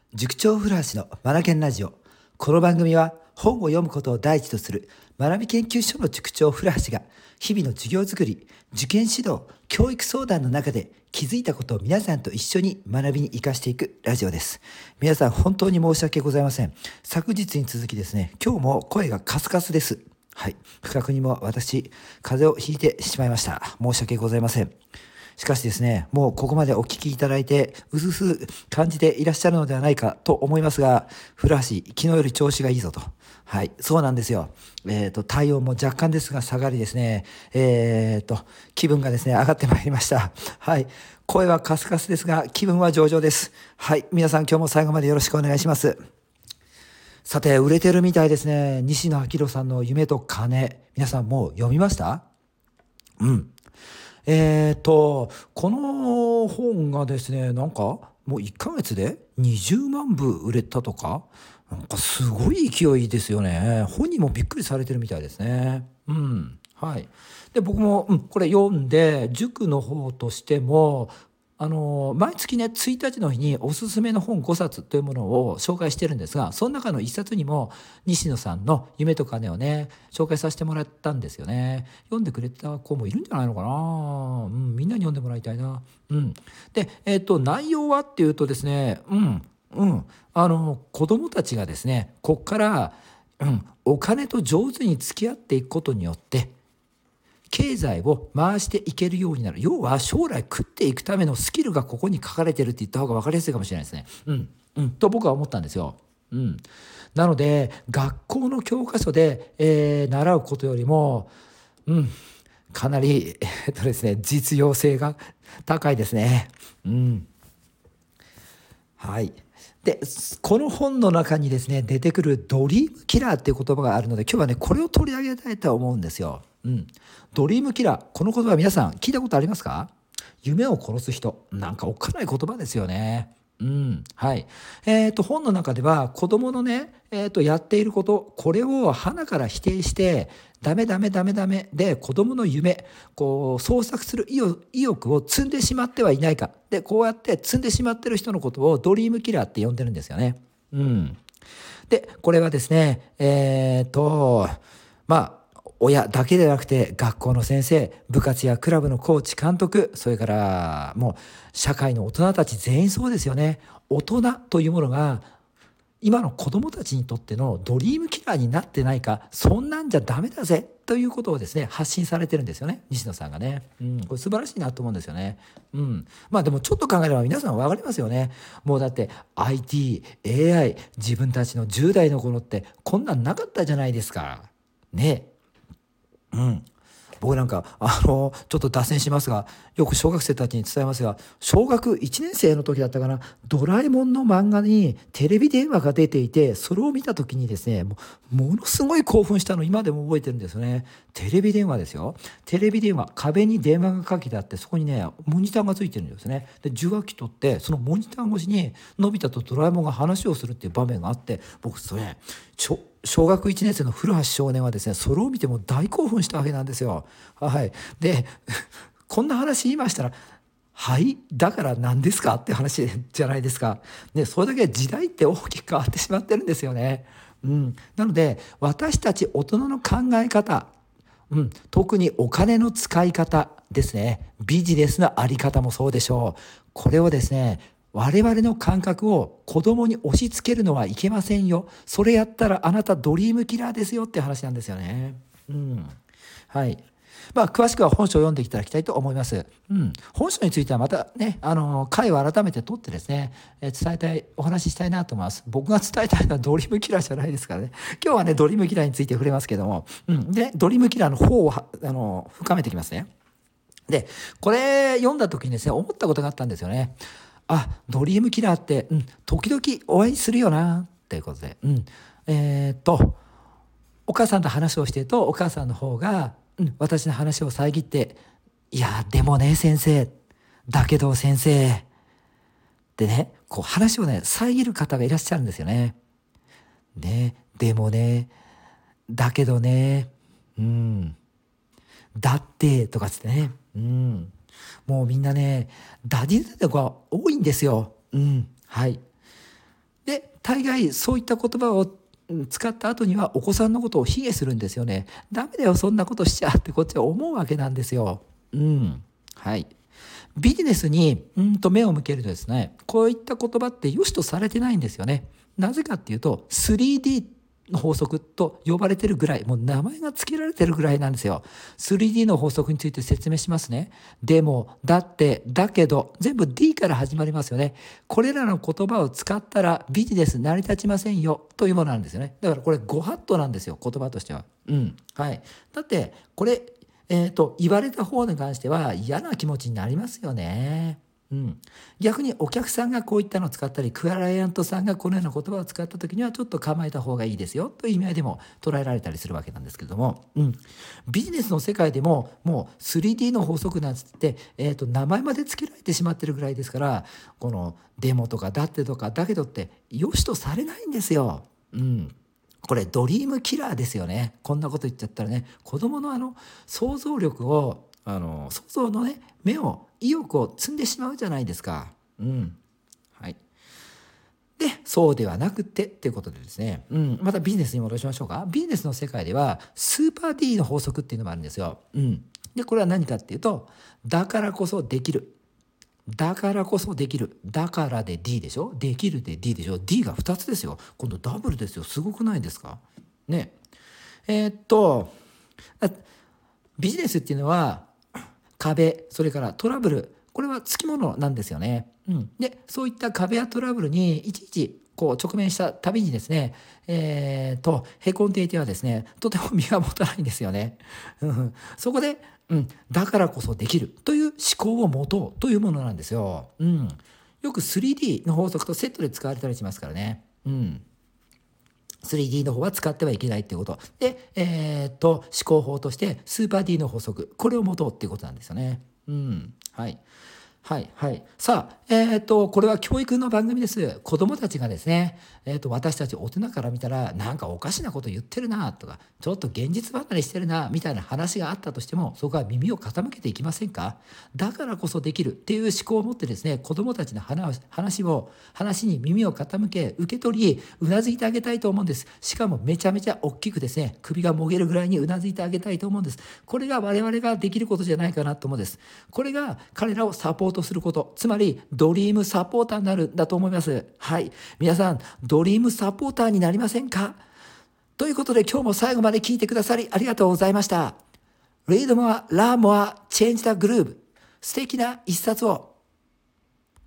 塾長古橋のマナケンラジオ。この番組は本を読むことを第一とする学び研究所の塾長古橋が日々の授業づくり、受験指導、教育相談の中で気づいたことを皆さんと一緒に学びに生かしていくラジオです。皆さん本当に申し訳ございません。昨日に続きですね、今日も声がカスカスです。はい。不覚にも私、風邪をひいてしまいました。申し訳ございません。しかしですね、もうここまでお聞きいただいて、うすうす感じていらっしゃるのではないかと思いますが、古橋、昨日より調子がいいぞと。はい、そうなんですよ。体温も若干ですが下がりですね、気分がですね、上がってまいりました。はい、声はカスカスですが、気分は上々です。はい、皆さん今日も最後までよろしくお願いします。さて、売れてるみたいですね。西野昭弘さんの夢と金。皆さんもう読みました？うん。この本がですね、なんかもう1ヶ月で20万部売れたとか、なんかすごい勢いですよね。本人もびっくりされてるみたいですね。うん。はい。で、僕も、これ読んで、塾の方としても、毎月ね、1日の日におすすめの本5冊というものを紹介してるんですが、その中の1冊にも西野さんの夢と金をね、紹介させてもらったんですよね。読んでくれた子もいるんじゃないのかな。みんなに読んでもらいたいな。で、内容はっていうとですね、子供たちがですね、こっから、お金と上手に付き合っていくことによって、経済を回していけるようになる。要は将来食っていくためのスキルがここに書かれてるって言った方が分かりやすいかもしれないですね。と僕は思ったんですよ。なので学校の教科書で、習うことよりも、かなり、ですね、実用性が高いですね。はい。で、この本の中にですね、出てくるドリームキラーっていう言葉があるので、今日はね、これを取り上げたいと思うんですよ。ドリームキラー。この言葉皆さん聞いたことありますか？夢を殺す人。なんかおっかない言葉ですよね。はい。本の中では子供のね、やっていること、これを鼻から否定して、ダメダメダメダメで子供の夢、こう創作する意欲を積んでしまってはいないか。で、こうやって積んでしまってる人のことをドリームキラーって呼んでるんですよね。で、これはですね、親だけでなくて学校の先生、部活やクラブのコーチ、監督、それからもう社会の大人たち全員そうですよね。大人というものが今の子供たちにとってのドリームキラーになってないか、そんなんじゃダメだぜということをですね、発信されてるんですよね、西野さんがね。これ素晴らしいなと思うんですよね。でもちょっと考えれば皆さん分かりますよね。もうだって IT、AI、自分たちの10代の頃ってこんなんなかったじゃないですか。ね。僕なんか、ちょっと脱線しますが、よく小学生たちに伝えますが、小学1年生の時だったかな、ドラえもんの漫画にテレビ電話が出ていて、それを見た時にですね、ものすごい興奮したの今でも覚えてるんですよね。テレビ電話ですよ。テレビ電話、壁に電話がかけてあって、そこにね、モニターがついてるんですね。で、受話器取って、そのモニター越しに、のび太とドラえもんが話をするっていう場面があって、僕それ、小学1年生の古橋少年はですね、それを見ても大興奮したわけなんですよ。はい。で、こんな話言いましたら、はい、だから何ですかって話じゃないですか。ね、それだけ時代って大きく変わってしまってるんですよね。なので、私たち大人の考え方、特にお金の使い方ですね。ビジネスのあり方もそうでしょう。これをですね、我々の感覚を子供に押し付けるのはいけませんよ。それやったらあなたドリームキラーですよって話なんですよね。はい。詳しくは本書を読んでいただきたいと思います。本書についてはまたね、回を改めて取ってですね、伝えたい、お話ししたいなと思います。僕が伝えたいのはドリームキラーじゃないですからね。今日はね、ドリームキラーについて触れますけども、で、ドリームキラーの方を深めていきますね。で、これ読んだ時にですね、思ったことがあったんですよね。ドリームキラーって、時々お会いするよな、っていうことで。お母さんと話をしてると、お母さんの方が、私の話を遮って、いや、でもね、先生、だけど先生、でね、こう話をね、遮る方がいらっしゃるんですよね。でもね、だけどね、だってとかつってね、もうみんなね、ダディズムが多いんですよ。はい。 大概そういった言葉を使った後にはお子さんのことを卑下するんですよね。ダメだよ、そんなことしちゃってこっちは思うわけなんですよ。はい。ビジネスに目を向けるとですね、こういった言葉って良しとされてないんですよね。なぜかっていうと 3D の法則と呼ばれてるぐらい、もう名前が付けられてるぐらいなんですよ。3D の法則について説明しますね。でも、だって、だけど、全部 D から始まりますよね。これらの言葉を使ったらビジネス成り立ちませんよというものなんですよね。だからこれご法度なんですよ、言葉としては。はい。だって、これ、言われた方に関しては嫌な気持ちになりますよね。逆にお客さんがこういったのを使ったりクライアントさんがこのような言葉を使った時にはちょっと構えた方がいいですよという意味合いでも捉えられたりするわけなんですけれども、ビジネスの世界でももう 3D の法則なんつって、名前まで付けられてしまってるぐらいですから、このデモとかだってとかだけどって良しとされないんですよ。これドリームキラーですよね。こんなこと言っちゃったらね、子供の想像力を想像のね目を意欲を積んでしまうじゃないですか。はい。でそうではなくてっていうことでですね、またビジネスに戻しましょうか。ビジネスの世界ではスーパー D の法則っていうのもあるんですよ。でこれは何かっていうと、だからこそできる。だからこそできる。だからで D でしょ。できるで D でしょ。D が2つですよ。今度ダブルですよ。すごくないですかね。ビジネスっていうのは壁、それからトラブル、これはつきものなんですよね。でそういった壁やトラブルにいちいちこう直面したたびにですね、へこんでいてはですね、とても身が持たないんですよね。そこで、だからこそできるという思考を持とうというものなんですよ。よく 3D の法則とセットで使われたりしますからね。3D の方は使ってはいけないっていうことで、思考法としてスーパー D の法則、これを持とうっていうことなんですよね。はい。さあ、これは教育の番組です。子供たちがですね、私たち大人から見たら、なんかおかしなこと言ってるなとか、ちょっと現実離れしてるなみたいな話があったとしても、そこは耳を傾けていきませんか？だからこそできるっていう思考を持ってですね、子供たちの話に耳を傾け、受け取り、うなずいてあげたいと思うんです。しかもめちゃめちゃ大きくですね、首がもげるぐらいにうなずいてあげたいと思うんです。これが我々ができることじゃないかなと思うんです。これが彼らをサポートすること、つまりドリームサポーターになるんだと思います。はい。皆さん、ドリームサポーターになりませんか？ということで今日も最後まで聞いてくださりありがとうございました。Read more, learn more, change the groove。素敵な一冊を